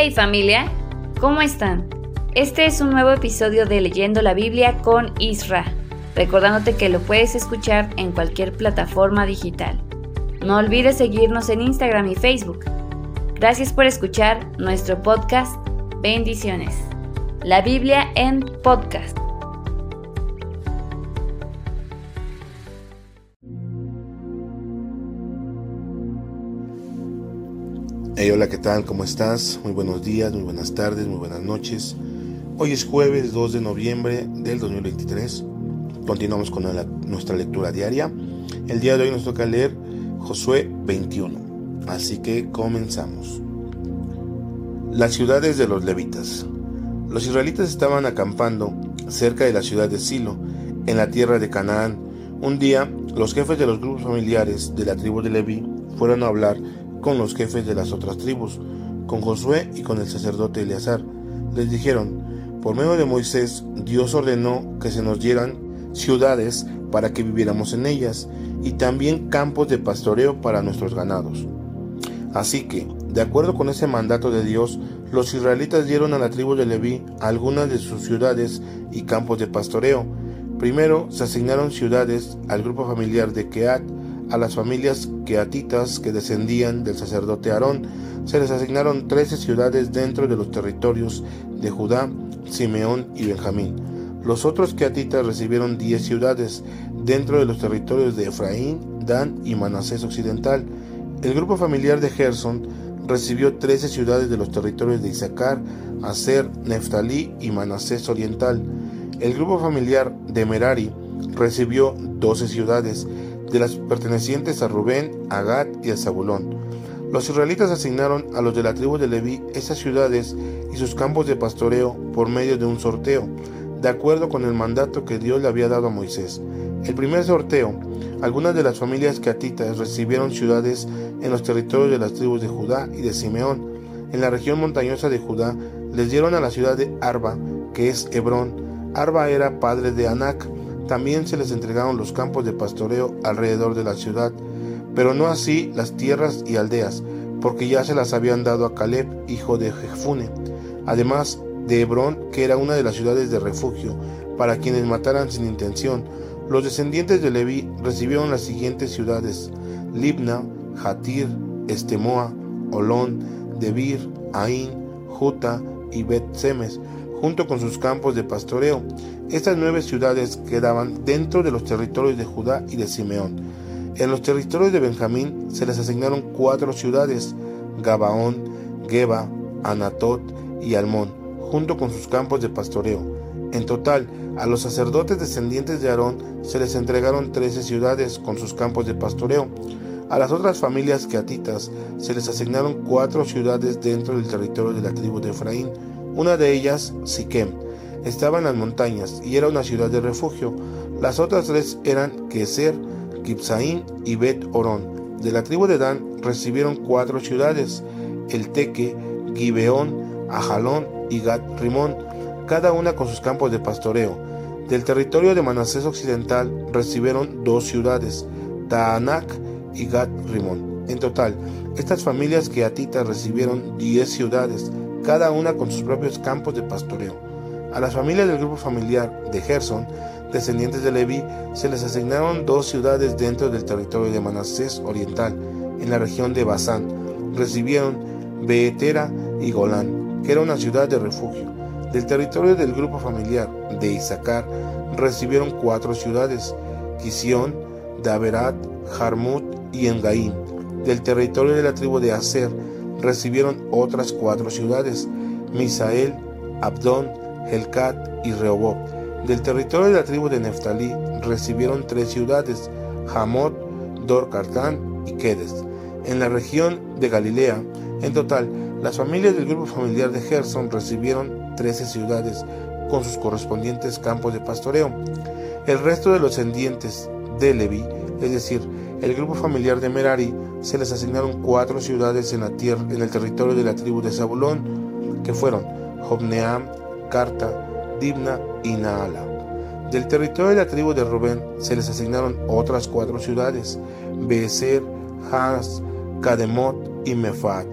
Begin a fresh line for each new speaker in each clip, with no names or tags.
Hey familia, ¿cómo están? Este es un nuevo episodio de Leyendo la Biblia con Isra, recordándote que lo puedes escuchar en cualquier plataforma digital. No olvides seguirnos en Instagram y Facebook. Gracias por escuchar nuestro podcast. Bendiciones. La Biblia en podcast.
Hey, hola, ¿qué tal? ¿Cómo estás? Muy buenos días, muy buenas tardes, muy buenas noches. Hoy es jueves 2 de noviembre del 2023. Continuamos con nuestra lectura diaria. El día de hoy nos toca leer Josué 21. Así que comenzamos. Las ciudades de los levitas. Los israelitas estaban acampando cerca de la ciudad de Silo, en la tierra de Canaán. Un día, los jefes de los grupos familiares de la tribu de Leví fueron a hablar con los jefes de las otras tribus, con Josué y con el sacerdote Eleazar. Les dijeron: por medio de Moisés, Dios ordenó que se nos dieran ciudades para que viviéramos en ellas, y también campos de pastoreo para nuestros ganados. Así que, de acuerdo con ese mandato de Dios, los israelitas dieron a la tribu de Leví algunas de sus ciudades y campos de pastoreo. Primero se asignaron ciudades al grupo familiar de Quehat. A las familias quehatitas que descendían del sacerdote Aarón se les asignaron 13 ciudades dentro de los territorios de Judá, Simeón y Benjamín. Los otros quehatitas recibieron 10 ciudades dentro de los territorios de Efraín, Dan y Manasés occidental. El grupo familiar de Gersón recibió 13 ciudades de los territorios de Isaacar, Aser, Neftalí y Manasés oriental. El grupo familiar de Merari recibió 12 ciudades, de las pertenecientes a Rubén, a Gad y a Zabulón. Los israelitas asignaron a los de la tribu de Leví esas ciudades y sus campos de pastoreo por medio de un sorteo, de acuerdo con el mandato que Dios le había dado a Moisés. El primer sorteo, algunas de las familias quehatitas recibieron ciudades en los territorios de las tribus de Judá y de Simeón. En la región montañosa de Judá les dieron a la ciudad de Arba, que es Hebrón. Arba era padre de Anac. También se les entregaron los campos de pastoreo alrededor de la ciudad, pero no así las tierras y aldeas, porque ya se las habían dado a Caleb, hijo de Jefune, además de Hebrón, que era una de las ciudades de refugio para quienes mataran sin intención. Los descendientes de Leví recibieron las siguientes ciudades: Libna, Jatir, Estemoa, Olón, Debir, Aín, Juta y Bet-Semes, junto con sus campos de pastoreo. Estas 9 ciudades quedaban dentro de los territorios de Judá y de Simeón. En los territorios de Benjamín se les asignaron 4 ciudades: Gabaón, Geba, Anatot y Almón, junto con sus campos de pastoreo. En total, a los sacerdotes descendientes de Aarón se les entregaron 13 ciudades con sus campos de pastoreo. A las otras familias quehatitas se les asignaron 4 ciudades dentro del territorio de la tribu de Efraín. Una de ellas, Siquem, estaba en las montañas y era una ciudad de refugio. Las otras 3 eran Keser, Kibsaim y Bet-Orón. De la tribu de Dan recibieron 4 ciudades: El Teque, Gibeón, Ajalón y Gat-Rimón, cada una con sus campos de pastoreo. Del territorio de Manasés occidental recibieron 2 ciudades: Taanac y Gat-Rimón. En total, estas familias quehatitas recibieron 10 ciudades, cada una con sus propios campos de pastoreo. A las familias del grupo familiar de Gersón, descendientes de Leví, se les asignaron 2 ciudades dentro del territorio de Manasés oriental, en la región de Basán. Recibieron Beetera y Golán, que era una ciudad de refugio. Del territorio del grupo familiar de Isaacar recibieron 4 ciudades: Quisión, Daberat, Jarmut y Engaim. Del territorio de la tribu de Aser recibieron otras 4 ciudades: Misael, Abdón, Helcat y Rehoboth. Del territorio de la tribu de Neftalí recibieron 3 ciudades: Hamot, Dor-Cartán y Kedes. En la región de Galilea, en total, las familias del grupo familiar de Gersón recibieron 13 ciudades con sus correspondientes campos de pastoreo. El resto de los descendientes de Leví, es decir, el grupo familiar de Merari, se les asignaron 4 ciudades en el territorio de la tribu de Zabulón, que fueron Jobneam, Carta, Dibna y Naala. Del territorio de la tribu de Rubén se les asignaron otras 4 ciudades: Beeser, Has, Cademot y Mefaat.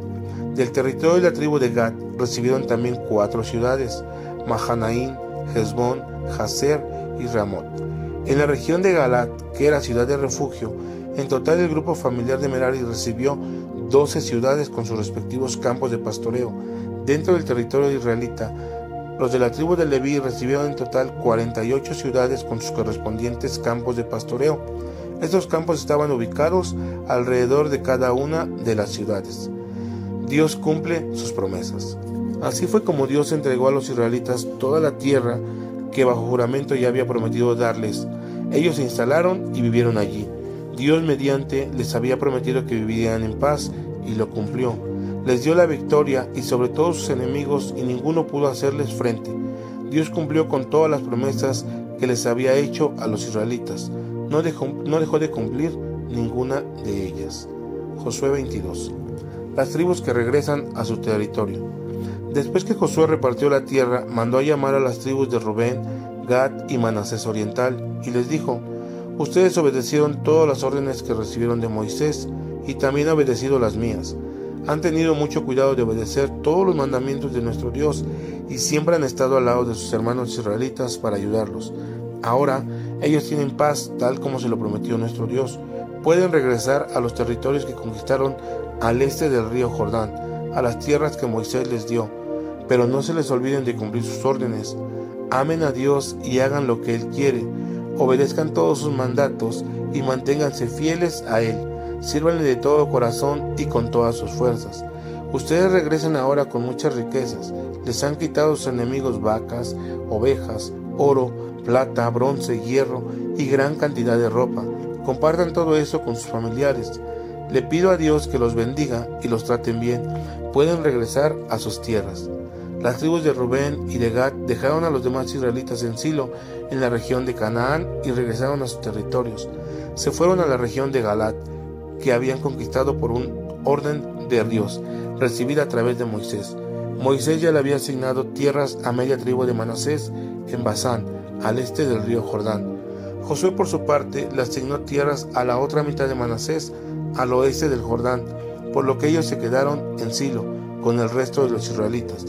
Del territorio de la tribu de Gad recibieron también 4 ciudades: Mahanaim, Hezbón, Jazer y Ramot. En la región de Galaad, que era ciudad de refugio, en total el grupo familiar de Merari recibió 12 ciudades con sus respectivos campos de pastoreo. Dentro del territorio israelita, los de la tribu de Leví recibieron en total 48 ciudades con sus correspondientes campos de pastoreo. Estos campos estaban ubicados alrededor de cada una de las ciudades. Dios cumple sus promesas. Así fue como Dios entregó a los israelitas toda la tierra que bajo juramento ya había prometido darles. Ellos se instalaron y vivieron allí. Dios mediante les había prometido que vivirían en paz y lo cumplió. Les dio la victoria y sobre todos sus enemigos y ninguno pudo hacerles frente. Dios cumplió con todas las promesas que les había hecho a los israelitas. No dejó de cumplir ninguna de ellas. Josué 22. Las tribus que regresan a su territorio. Después que Josué repartió la tierra, mandó a llamar a las tribus de Rubén, Gad y Manasés Oriental, y les dijo: ustedes obedecieron todas las órdenes que recibieron de Moisés, y también han obedecido las mías. Han tenido mucho cuidado de obedecer todos los mandamientos de nuestro Dios, y siempre han estado al lado de sus hermanos israelitas para ayudarlos. Ahora, ellos tienen paz, tal como se lo prometió nuestro Dios. Pueden regresar a los territorios que conquistaron al este del río Jordán, a las tierras que Moisés les dio, pero no se les olviden de cumplir sus órdenes. Amen a Dios y hagan lo que Él quiere, obedezcan todos sus mandatos y manténganse fieles a Él. Sírvanle de todo corazón y con todas sus fuerzas. Ustedes regresen ahora con muchas riquezas. Les han quitado sus enemigos vacas, ovejas, oro, plata, bronce, hierro y gran cantidad de ropa. Compartan todo eso con sus familiares. Le pido a Dios que los bendiga y los traten bien. Pueden regresar a sus tierras. Las tribus de Rubén y de Gad dejaron a los demás israelitas en Silo, en la región de Canaán, y regresaron a sus territorios. Se fueron a la región de Galaad, que habían conquistado por un orden de Dios, recibida a través de Moisés. Moisés ya le había asignado tierras a media tribu de Manasés en Basán, al este del río Jordán. Josué, por su parte, le asignó tierras a la otra mitad de Manasés, al oeste del Jordán, por lo que ellos se quedaron en Silo con el resto de los israelitas.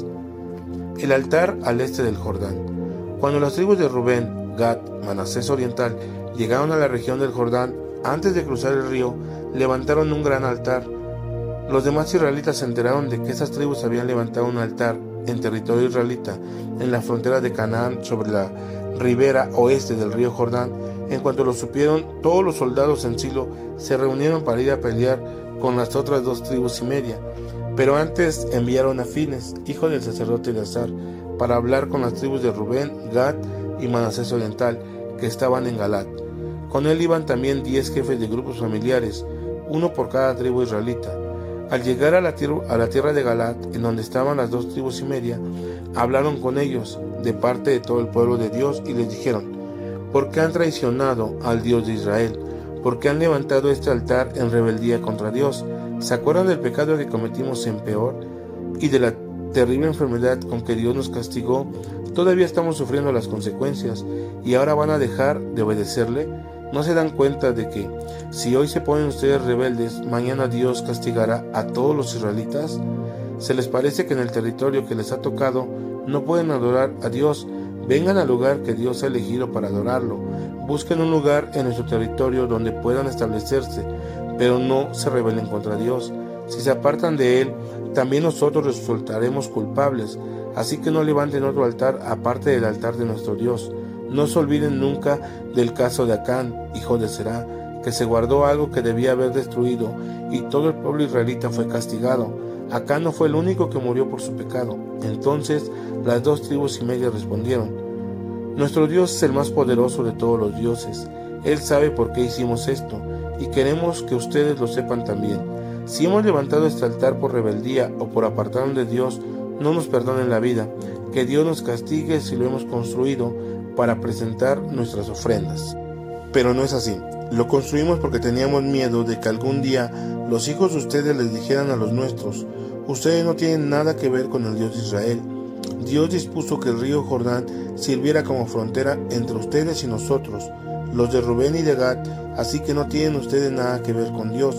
El altar al este del Jordán. Cuando las tribus de Rubén, Gad, Manasés Oriental llegaron a la región del Jordán, antes de cruzar el río, levantaron un gran altar. Los demás israelitas se enteraron de que esas tribus habían levantado un altar en territorio israelita, en la frontera de Canaán, sobre la ribera oeste del río Jordán. En cuanto lo supieron, todos los soldados en Silo se reunieron para ir a pelear con las otras 2 tribus y media. Pero antes enviaron a Fines, hijo del sacerdote Eleazar, para hablar con las tribus de Rubén, Gad y Manasés Oriental, que estaban en Galaad. Con él iban también 10 jefes de grupos familiares, uno por cada tribu israelita. Al llegar a la tierra de Galaad, en donde estaban las 2 tribus y media, hablaron con ellos de parte de todo el pueblo de Dios y les dijeron: ¿por qué han traicionado al Dios de Israel? ¿Por qué han levantado este altar en rebeldía contra Dios? ¿Se acuerdan del pecado que cometimos en Peor y de la terrible enfermedad con que Dios nos castigó? Todavía estamos sufriendo las consecuencias y ahora van a dejar de obedecerle. ¿No se dan cuenta de que si hoy se ponen ustedes rebeldes, mañana Dios castigará a todos los israelitas? ¿Se les parece que en el territorio que les ha tocado no pueden adorar a Dios? Vengan al lugar que Dios ha elegido para adorarlo. Busquen un lugar en nuestro territorio donde puedan establecerse, pero no se rebelen contra Dios. Si se apartan de Él, también nosotros resultaremos culpables. Así que no levanten otro altar aparte del altar de nuestro Dios. No se olviden nunca del caso de Acán, hijo de Será, que se guardó algo que debía haber destruido, y todo el pueblo israelita fue castigado. Acán no fue el único que murió por su pecado. Entonces las 2 tribus y media respondieron: nuestro Dios es el más poderoso de todos los dioses. Él sabe por qué hicimos esto, y queremos que ustedes lo sepan también. Si hemos levantado este altar por rebeldía o por apartarnos de Dios, no nos perdonen la vida. Que Dios nos castigue si lo hemos construido para presentar nuestras ofrendas. Pero no es así. Lo construimos porque teníamos miedo de que algún día los hijos de ustedes les dijeran a los nuestros: ustedes no tienen nada que ver con el Dios de Israel. Dios dispuso que el río Jordán sirviera como frontera entre ustedes y nosotros, los de Rubén y de Gad, así que no tienen ustedes nada que ver con Dios.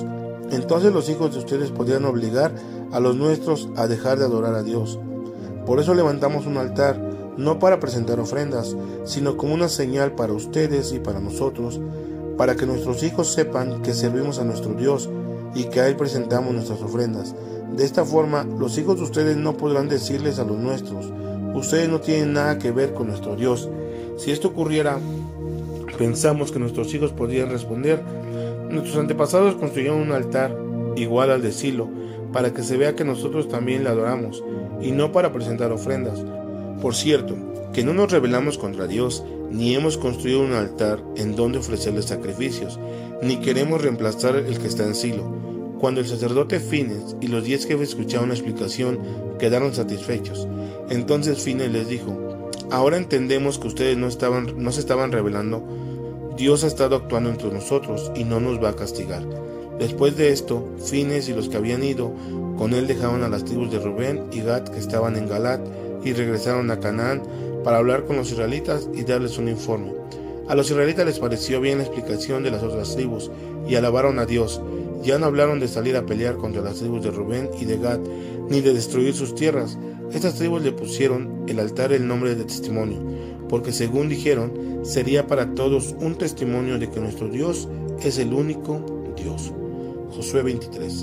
Entonces los hijos de ustedes podrían obligar a los nuestros a dejar de adorar a Dios. Por eso levantamos un altar, no para presentar ofrendas, sino como una señal para ustedes y para nosotros, para que nuestros hijos sepan que servimos a nuestro Dios y que a Él presentamos nuestras ofrendas. De esta forma, los hijos de ustedes no podrán decirles a los nuestros: ustedes no tienen nada que ver con nuestro Dios. Si esto ocurriera, pensamos que nuestros hijos podrían responder: nuestros antepasados construyeron un altar igual al de Silo, para que se vea que nosotros también le adoramos, y no para presentar ofrendas. Por cierto, que no nos rebelamos contra Dios, ni hemos construido un altar en donde ofrecerle sacrificios, ni queremos reemplazar el que está en Silo. Cuando el sacerdote Fines y los 10 jefes escucharon la explicación, quedaron satisfechos. Entonces Fines les dijo: ahora entendemos que ustedes no se estaban rebelando. Dios ha estado actuando entre nosotros y no nos va a castigar. Después de esto, Fines y los que habían ido con él dejaron a las tribus de Rubén y Gad que estaban en Galat y regresaron a Canaán para hablar con los israelitas y darles un informe. A los israelitas les pareció bien la explicación de las otras tribus y alabaron a Dios. Ya no hablaron de salir a pelear contra las tribus de Rubén y de Gad, ni de destruir sus tierras. Estas tribus le pusieron el altar el nombre de testimonio, porque según dijeron, sería para todos un testimonio de que nuestro Dios es el único Dios. Josué 23.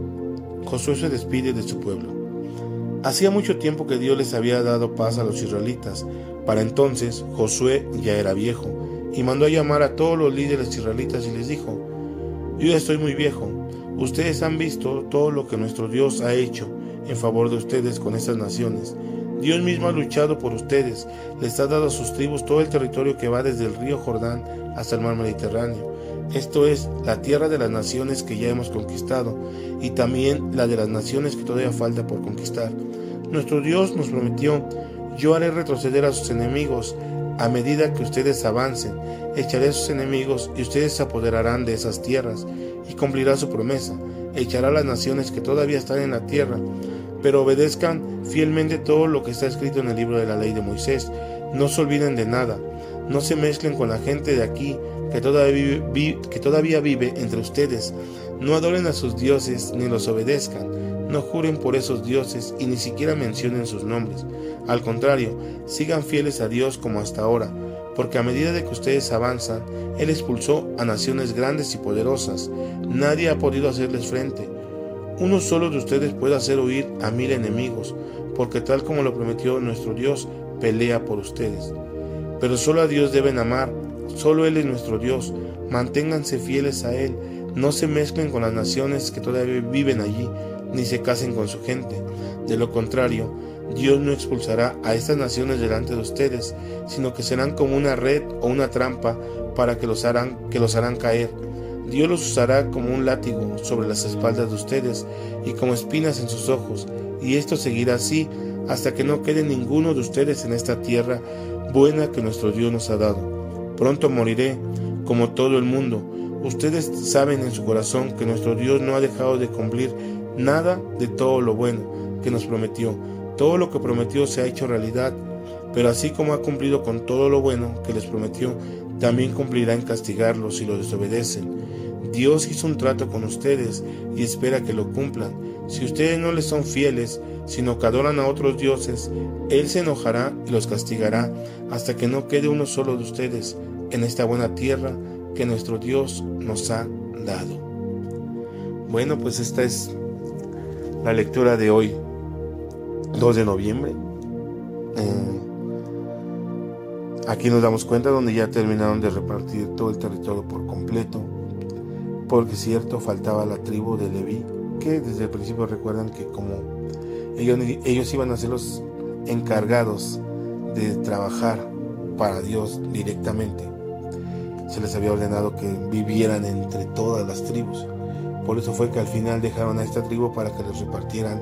Josué se despide de su pueblo. Hacía mucho tiempo que Dios les había dado paz a los israelitas. Para entonces, Josué ya era viejo, y mandó a llamar a todos los líderes israelitas y les dijo: yo ya estoy muy viejo. Ustedes han visto todo lo que nuestro Dios ha hecho en favor de ustedes con estas naciones. Dios mismo ha luchado por ustedes, les ha dado a sus tribus todo el territorio que va desde el río Jordán hasta el mar Mediterráneo. Esto es, la tierra de las naciones que ya hemos conquistado, y también la de las naciones que todavía falta por conquistar. Nuestro Dios nos prometió: yo haré retroceder a sus enemigos a medida que ustedes avancen, echaré a sus enemigos y ustedes se apoderarán de esas tierras, y cumplirá su promesa, echará a las naciones que todavía están en la tierra, pero obedezcan fielmente todo lo que está escrito en el libro de la ley de Moisés. No se olviden de nada, no se mezclen con la gente de aquí que todavía vive entre ustedes, no adoren a sus dioses ni los obedezcan, no juren por esos dioses y ni siquiera mencionen sus nombres. Al contrario, sigan fieles a Dios como hasta ahora, porque a medida de que ustedes avanzan, Él expulsó a naciones grandes y poderosas. Nadie ha podido hacerles frente. Uno solo de ustedes puede hacer huir a 1000 enemigos, porque tal como lo prometió nuestro Dios, pelea por ustedes. Pero solo a Dios deben amar, solo Él es nuestro Dios. Manténganse fieles a Él, no se mezclen con las naciones que todavía viven allí, ni se casen con su gente. De lo contrario, Dios no expulsará a estas naciones delante de ustedes, sino que serán como una red o una trampa para que los harán caer. Dios los usará como un látigo sobre las espaldas de ustedes y como espinas en sus ojos, y esto seguirá así hasta que no quede ninguno de ustedes en esta tierra buena que nuestro Dios nos ha dado. Pronto moriré, como todo el mundo. Ustedes saben en su corazón que nuestro Dios no ha dejado de cumplir nada de todo lo bueno que nos prometió. Todo lo que prometió se ha hecho realidad, pero así como ha cumplido con todo lo bueno que les prometió, también cumplirá en castigarlos si lo desobedecen. Dios hizo un trato con ustedes y espera que lo cumplan. Si ustedes no les son fieles, sino que adoran a otros dioses, Él se enojará y los castigará hasta que no quede uno solo de ustedes en esta buena tierra que nuestro Dios nos ha dado. Bueno, pues esta es la lectura de hoy, 2 de noviembre. Aquí nos damos cuenta donde ya terminaron de repartir todo el territorio por completo, porque cierto, faltaba la tribu de Leví, que desde el principio recuerdan que como ellos iban a ser los encargados de trabajar para Dios directamente, se les había ordenado que vivieran entre todas las tribus. Por eso fue que al final dejaron a esta tribu para que les repartieran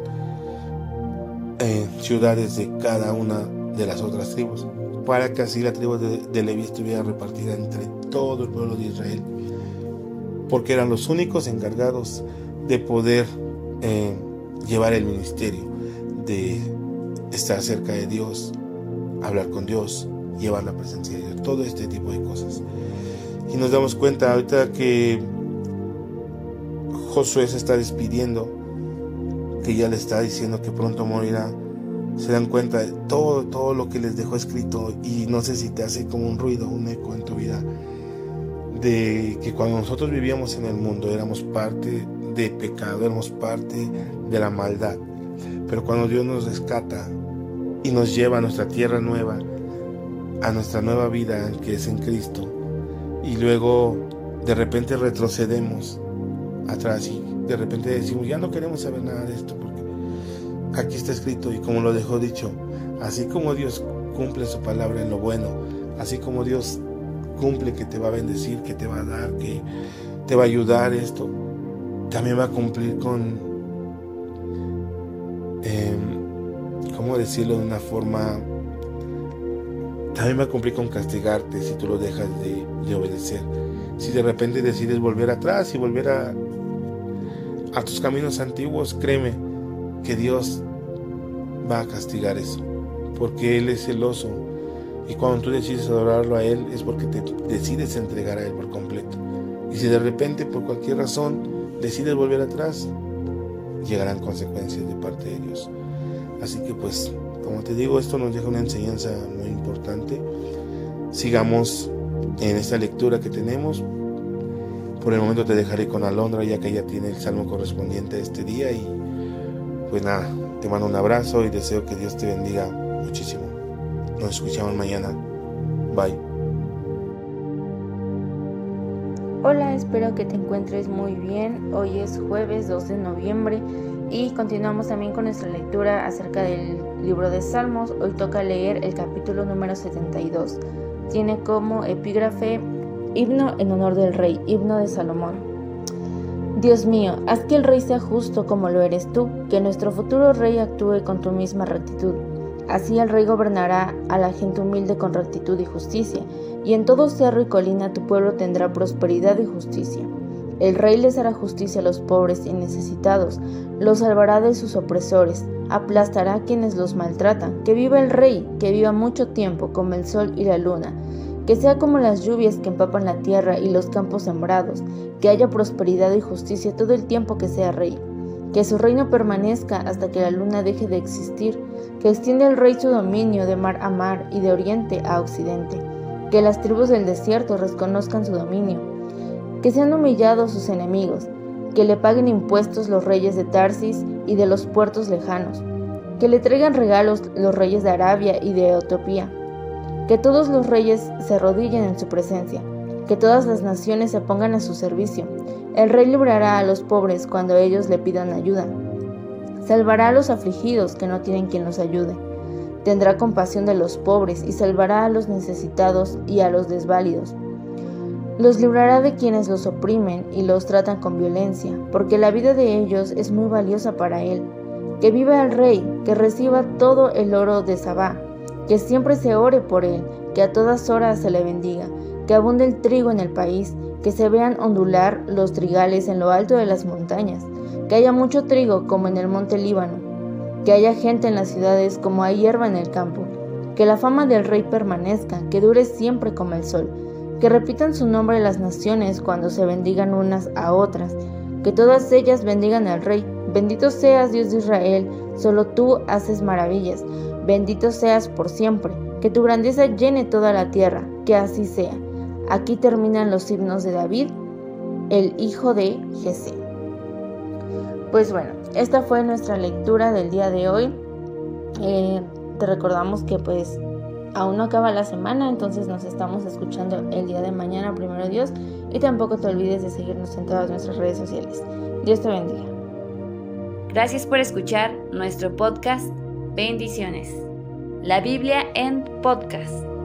ciudades de cada una de las otras tribus, para que así la tribu de Leví estuviera repartida entre todo el pueblo de Israel, porque eran los únicos encargados de poder llevar el ministerio, de estar cerca de Dios, hablar con Dios, llevar la presencia de Dios, todo este tipo de cosas. Y nos damos cuenta ahorita que Josué se está despidiendo, que ya le está diciendo que pronto morirá, se dan cuenta de todo lo que les dejó escrito. Y no sé si te hace como un ruido, un eco en tu vida, de que cuando nosotros vivíamos en el mundo éramos parte de pecado, éramos parte de la maldad, pero cuando Dios nos rescata y nos lleva a nuestra tierra nueva, a nuestra nueva vida que es en Cristo, y luego de repente retrocedemos atrás y de repente decimos, ya no queremos saber nada de esto, porque aquí está escrito, y como lo dejó dicho, así como Dios cumple su palabra en lo bueno, así como Dios cumple que te va a bendecir, que te va a dar, que te va a ayudar, esto también va a cumplir con, ¿cómo decirlo de una forma? También va a cumplir con castigarte si tú lo dejas de obedecer. Si de repente decides volver atrás y volver a tus caminos antiguos, créeme que Dios va a castigar eso, porque Él es celoso, y cuando tú decides adorarlo a Él es porque te decides entregar a Él por completo. Y si de repente por cualquier razón decides volver atrás, llegarán consecuencias de parte de Dios. Así que pues, como te digo, esto nos deja una enseñanza muy importante. Sigamos en esta lectura que tenemos. Por el momento te dejaré con Alondra, ya que ella tiene el salmo correspondiente a este día. Y pues nada, te mando un abrazo y deseo que Dios te bendiga muchísimo. Nos escuchamos mañana. Bye.
Hola, espero que te encuentres muy bien. Hoy es jueves 2 de noviembre y continuamos también con nuestra lectura acerca del libro de Salmos. Hoy toca leer el capítulo número 72. Tiene como epígrafe Himno en honor del rey, himno de Salomón. Dios mío, haz que el rey sea justo como lo eres tú, que nuestro futuro rey actúe con tu misma rectitud. Así el rey gobernará a la gente humilde con rectitud y justicia, y en todo cerro y colina tu pueblo tendrá prosperidad y justicia. El rey les hará justicia a los pobres y necesitados, los salvará de sus opresores, aplastará a quienes los maltratan. Que viva el rey, que viva mucho tiempo como el sol y la luna, que sea como las lluvias que empapan la tierra y los campos sembrados, que haya prosperidad y justicia todo el tiempo que sea rey. Que su reino permanezca hasta que la luna deje de existir, que extienda el rey su dominio de mar a mar y de oriente a occidente, que las tribus del desierto reconozcan su dominio, que sean humillados sus enemigos, que le paguen impuestos los reyes de Tarsis y de los puertos lejanos, que le traigan regalos los reyes de Arabia y de Etiopía, que todos los reyes se arrodillen en su presencia, que todas las naciones se pongan a su servicio. El rey librará a los pobres cuando ellos le pidan ayuda. Salvará a los afligidos que no tienen quien los ayude. Tendrá compasión de los pobres y salvará a los necesitados y a los desválidos. Los librará de quienes los oprimen y los tratan con violencia, porque la vida de ellos es muy valiosa para él. Que viva el rey, que reciba todo el oro de Sabá, que siempre se ore por él, que a todas horas se le bendiga, que abunde el trigo en el país, que se vean ondular los trigales en lo alto de las montañas, que haya mucho trigo como en el monte Líbano, que haya gente en las ciudades como hay hierba en el campo, que la fama del rey permanezca, que dure siempre como el sol, que repitan su nombre las naciones cuando se bendigan unas a otras, que todas ellas bendigan al rey. Bendito seas, Dios de Israel, solo tú haces maravillas, bendito seas por siempre, que tu grandeza llene toda la tierra, que así sea. Aquí terminan los himnos de David, el hijo de Jesé. Pues bueno, esta fue nuestra lectura del día de hoy. Te recordamos que pues aún no acaba la semana, entonces nos estamos escuchando el día de mañana, primero Dios, y tampoco te olvides de seguirnos en todas nuestras redes sociales. Dios te bendiga.
Gracias por escuchar nuestro podcast. Bendiciones. La Biblia en podcast.